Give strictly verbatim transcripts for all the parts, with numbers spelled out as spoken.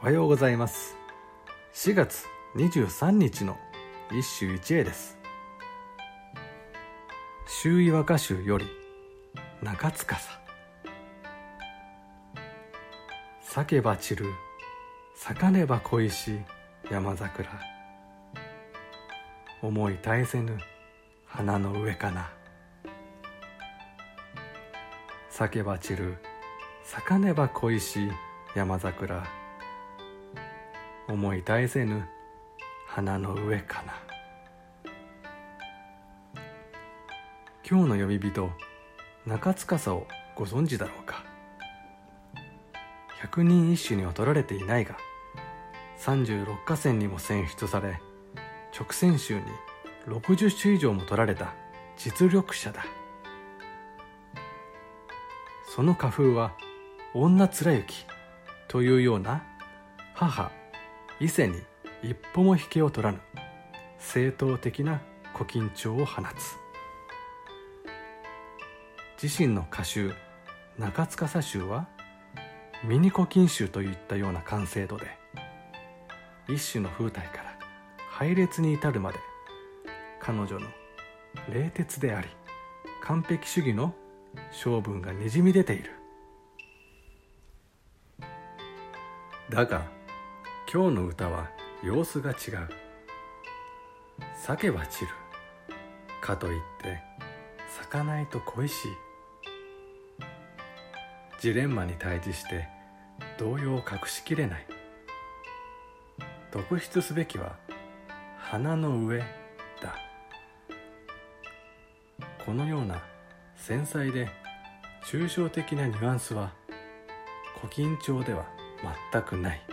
おはようございます。しがつにじゅうさんにちの一首一会です。周囲和歌集より中司。咲けば散る咲かねば恋し山桜、思い絶えせぬ花の上かな。咲けば散る咲かねば恋し山桜、思い絶えせぬ花の上かな。今日の呼び人中司をご存知だろうか。百人一首には取られていないが、三十六歌仙にも選出され、直選集にろくじゅっしゅ以上も取られた実力者だ。その家風は女貫之というような母伊勢に一歩も引けを取らぬ正統的な古今調を放つ。自身の歌集中司集はミニ古今集といったような完成度で、一種の風体から配列に至るまで彼女の冷徹であり完璧主義の性分がにじみ出ている。だが今日の歌は様子が違う。咲けば散るかといって咲かないと恋しい。ジレンマに対峙して動揺を隠しきれない。特筆すべきは花の上だ。このような繊細で抽象的なニュアンスは古今調では全くない。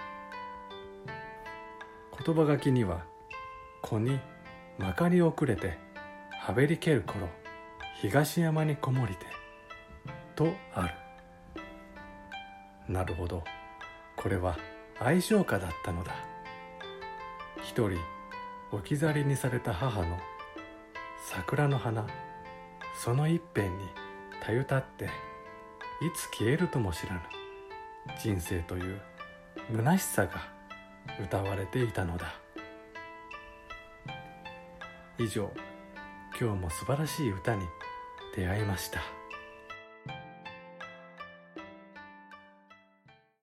言葉書きには子にまかり遅れてはべりける頃東山にこもりてとある。なるほど、これは愛称歌だったのだ。一人置き去りにされた母の桜の花、その一辺にたゆたっていつ消えるとも知らぬ人生という虚しさが歌われていたのだ。以上、今日も素晴らしい歌に出会いました。